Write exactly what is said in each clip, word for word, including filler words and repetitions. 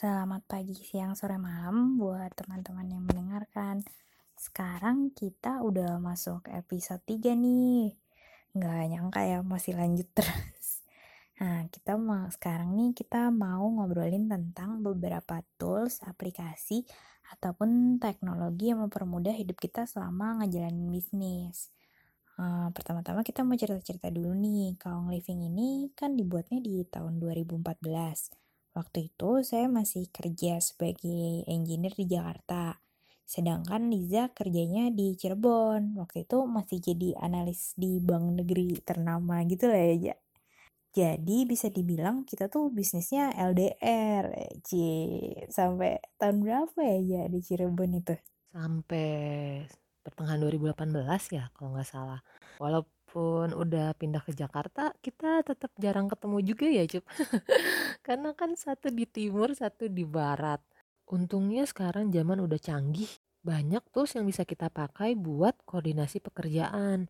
Selamat pagi, siang, sore, malam buat teman-teman yang mendengarkan. Sekarang kita udah masuk episode tiga nih. Nggak nyangka ya masih lanjut terus. Nah, kita mau sekarang nih kita mau ngobrolin tentang beberapa tools, aplikasi, ataupun teknologi yang mempermudah hidup kita selama ngejalanin bisnis. Eh, pertama-tama kita mau cerita-cerita dulu nih. Kalau Living ini kan dibuatnya di tahun dua ribu empat belas. Waktu itu saya masih kerja sebagai engineer di Jakarta. Sedangkan Liza kerjanya di Cirebon. Waktu itu masih jadi analis di bank negeri ternama gitu lah ya, Ja. Jadi bisa dibilang kita tuh bisnisnya L D R. Eh, Cie. Sampai tahun berapa ya, Ja, di Cirebon itu? Sampai pertengahan dua ribu delapan belas ya kalau nggak salah. Walaupun udah pindah ke Jakarta, kita tetap jarang ketemu juga ya, Cup. Karena kan satu di timur, satu di barat. Untungnya sekarang zaman udah canggih. Banyak tools yang bisa kita pakai buat koordinasi pekerjaan.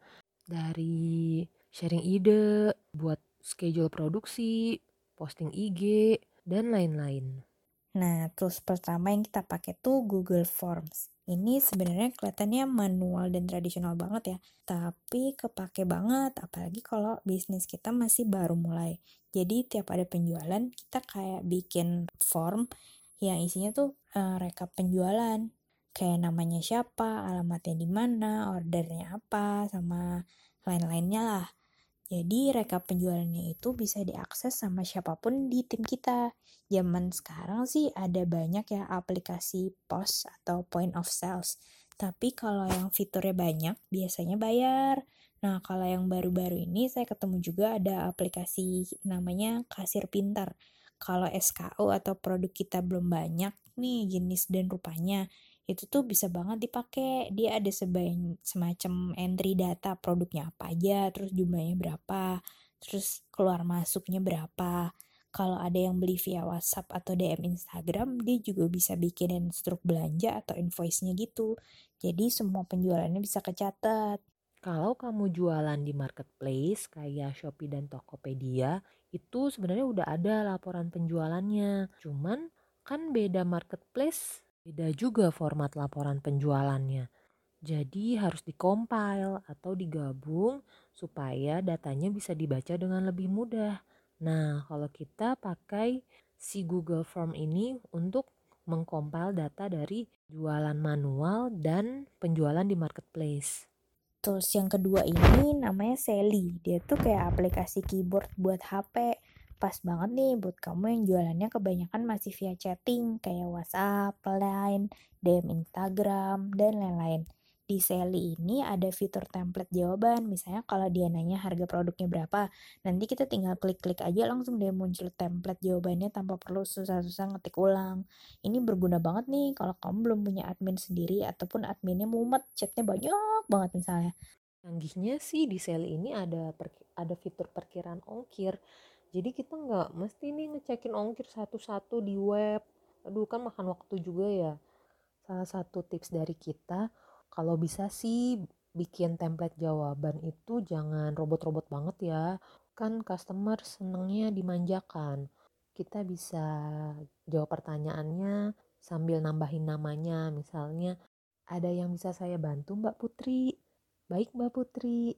Dari sharing ide, buat schedule produksi, posting I G, dan lain-lain. Nah, tools pertama yang kita pakai tuh Google Forms. Ini sebenarnya kelihatannya manual dan tradisional banget ya, tapi kepake banget, apalagi kalau bisnis kita masih baru mulai. Jadi tiap ada penjualan, kita kayak bikin form yang isinya tuh eh, rekap penjualan. Kayak namanya siapa, alamatnya di mana, ordernya apa, sama lain-lainnya lah. Jadi rekap penjualannya itu bisa diakses sama siapapun di tim kita. Zaman sekarang sih ada banyak ya aplikasi pos atau point of sales. Tapi kalau yang fiturnya banyak biasanya bayar. Nah, kalau yang baru-baru ini saya ketemu juga ada aplikasi namanya Kasir Pintar. Kalau S K U atau produk kita belum banyak nih jenis dan rupanya, itu tuh bisa banget dipakai. Dia ada sebaik, semacam entry data produknya apa aja, terus jumlahnya berapa, terus keluar masuknya berapa. Kalau ada yang beli via WhatsApp atau D M Instagram, dia juga bisa bikinin struk belanja atau invoice-nya gitu. Jadi semua penjualannya bisa kecatat. Kalau kamu jualan di marketplace kayak Shopee dan Tokopedia, itu sebenarnya udah ada laporan penjualannya. Cuman kan beda marketplace, beda juga format laporan penjualannya. Jadi harus dikompil atau digabung supaya datanya bisa dibaca dengan lebih mudah. Nah, kalau kita pakai si Google Form ini untuk mengkompil data dari jualan manual dan penjualan di marketplace. Terus yang kedua ini namanya Sally. Dia tuh kayak aplikasi keyboard buat H P. Pas banget nih buat kamu yang jualannya kebanyakan masih via chatting kayak WhatsApp, Line, D M Instagram, dan lain-lain. Di Sally ini ada fitur template jawaban. Misalnya kalau dia nanya harga produknya berapa, nanti kita tinggal klik-klik aja langsung dia muncul template jawabannya tanpa perlu susah-susah ngetik ulang. Ini berguna banget nih kalau kamu belum punya admin sendiri ataupun adminnya mumet, chatnya banyak banget misalnya. Canggihnya sih di Sally ini ada per- ada fitur perkiraan ongkir. Jadi kita nggak mesti nih ngecekin ongkir satu-satu di web. Aduh kan makan waktu juga ya. Salah satu tips dari kita, kalau bisa sih bikin template jawaban itu jangan robot-robot banget ya. Kan customer senengnya dimanjakan. Kita bisa jawab pertanyaannya sambil nambahin namanya. Misalnya, ada yang bisa saya bantu Mbak Putri? Baik Mbak Putri.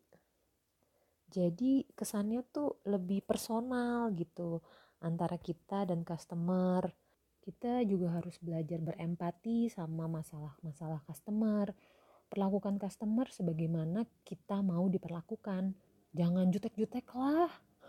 Jadi kesannya tuh lebih personal gitu antara kita dan customer. Kita juga harus belajar berempati sama masalah-masalah customer. Perlakukan customer sebagaimana kita mau diperlakukan. Jangan jutek-jutek lah.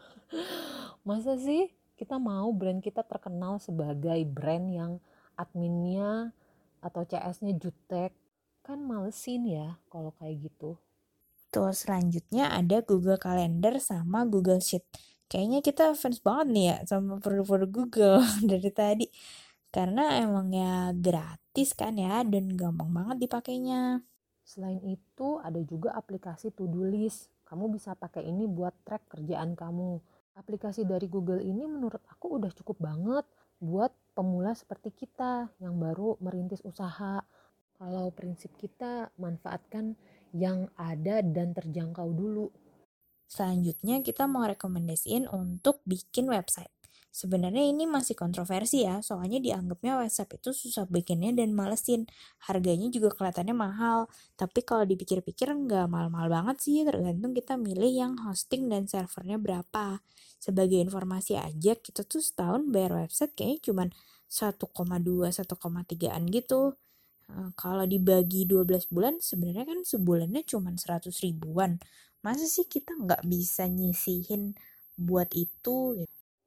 Masa sih kita mau brand kita terkenal sebagai brand yang adminnya atau C S-nya jutek? Kan malesin ya kalau kayak gitu. Terus selanjutnya ada Google Calendar sama Google Sheet. Kayaknya kita fans banget nih ya sama produk-produk Google dari tadi. Karena emang ya gratis kan ya dan gampang banget dipakainya. Selain itu ada juga aplikasi to-do list. Kamu bisa pakai ini buat track kerjaan kamu. Aplikasi dari Google ini menurut aku udah cukup banget buat pemula seperti kita yang baru merintis usaha. Kalau prinsip kita manfaatkan yang ada dan terjangkau dulu. Selanjutnya kita mau rekomendasiin untuk bikin website. Sebenarnya ini masih kontroversi ya, soalnya dianggapnya WhatsApp itu susah bikinnya dan malesin. Harganya juga kelihatannya mahal, tapi kalau dipikir-pikir nggak mahal-mahal banget sih, tergantung kita milih yang hosting dan servernya berapa. Sebagai informasi aja, kita tuh setahun bayar website kayaknya cuman satu koma dua, satu koma tiga-an gitu. Eh, kalau dibagi dua belas bulan, sebenarnya kan sebulannya cuman seratus ribuan. Masa sih kita nggak bisa nyisihin buat itu?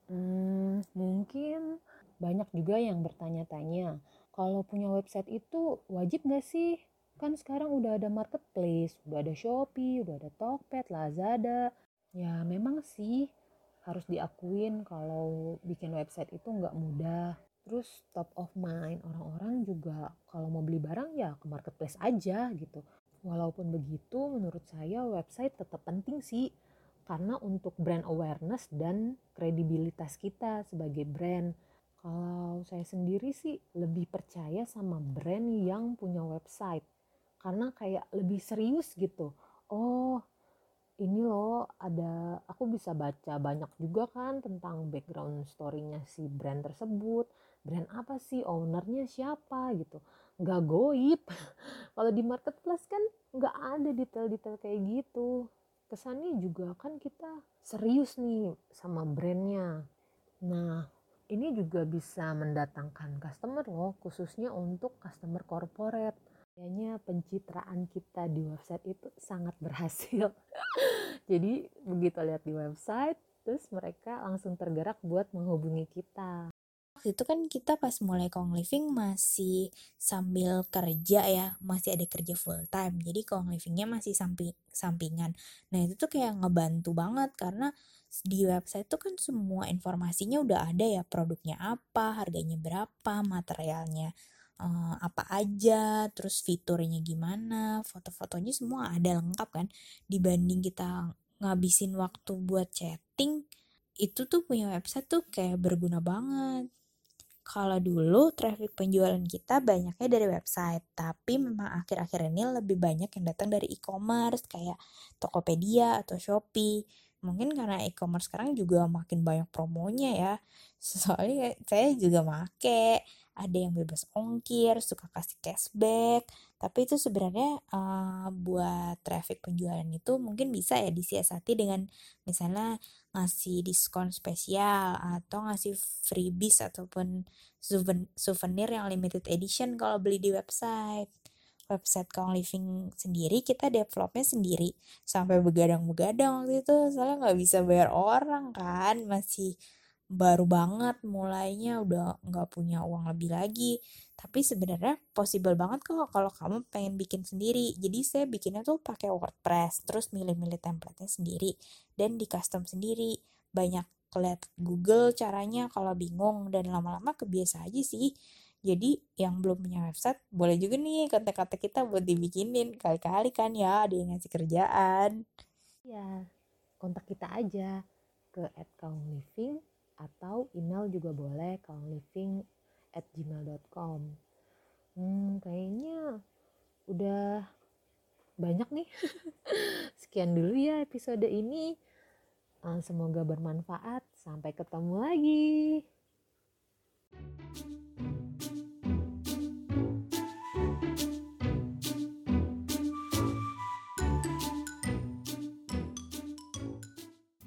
Hmm, mungkin banyak juga yang bertanya-tanya, kalau punya website itu wajib nggak sih? Kan sekarang udah ada marketplace, udah ada Shopee, udah ada Tokped, Lazada. Ya memang sih harus diakuin kalau bikin website itu nggak mudah. Terus top of mind orang-orang juga kalau mau beli barang ya ke marketplace aja gitu. Walaupun begitu menurut saya website tetap penting sih, karena untuk brand awareness dan kredibilitas kita sebagai brand. Kalau saya sendiri sih lebih percaya sama brand yang punya website, karena kayak lebih serius gitu. Oh, ini loh ada, aku bisa baca banyak juga kan tentang background story-nya si brand tersebut. Brand apa sih, ownernya siapa gitu. Nggak goib. Kalau di marketplace kan nggak ada detail-detail kayak gitu. Kesannya juga kan kita serius nih sama brandnya. Nah, ini juga bisa mendatangkan customer loh, khususnya untuk customer corporate. Kayaknya pencitraan kita di website itu sangat berhasil. Jadi begitu lihat di website, terus mereka langsung tergerak buat menghubungi kita. Waktu itu kan kita pas mulai Kong Living masih sambil kerja ya, masih ada kerja full time. Jadi Kong Livingnya masih samping sampingan. Nah itu tuh kayak ngebantu banget karena di website tuh kan semua informasinya udah ada ya, produknya apa, harganya berapa, materialnya eh, apa aja, terus fiturnya gimana, foto-fotonya semua ada lengkap kan. Dibanding kita ngabisin waktu buat chatting, itu tuh punya website tuh kayak berguna banget. Kalau dulu traffic penjualan kita banyaknya dari website, tapi memang akhir-akhir ini lebih banyak yang datang dari e-commerce kayak Tokopedia atau Shopee. Mungkin karena e-commerce sekarang juga makin banyak promonya ya. Soalnya saya juga make, ada yang bebas ongkir, suka kasih cashback. Tapi itu sebenarnya uh, buat traffic penjualan itu mungkin bisa ya disiasati dengan misalnya ngasih diskon spesial atau ngasih freebies ataupun souvenir yang limited edition kalau beli di website. Website Kong Living sendiri kita developnya sendiri sampai begadang-begadang waktu itu soalnya nggak bisa bayar orang kan, masih baru banget mulainya udah nggak punya uang lebih lagi. Tapi sebenarnya possible banget kok kalau kamu pengen bikin sendiri. Jadi saya bikinnya tuh pakai WordPress, terus milih-milih template-nya sendiri dan di custom sendiri. Banyak lihat Google caranya kalau bingung dan lama-lama kebiasa aja sih. Jadi yang belum punya website boleh juga nih kontak-kontak kita buat dibikinin. Kali-kali kan ya ada yang ngasih kerjaan. Ya, kontak kita aja ke at kaungliving atau email juga boleh, kaungliving at gmail dot com. Hmm, kayaknya udah banyak nih. Sekian dulu ya episode ini. Semoga bermanfaat. Sampai ketemu lagi.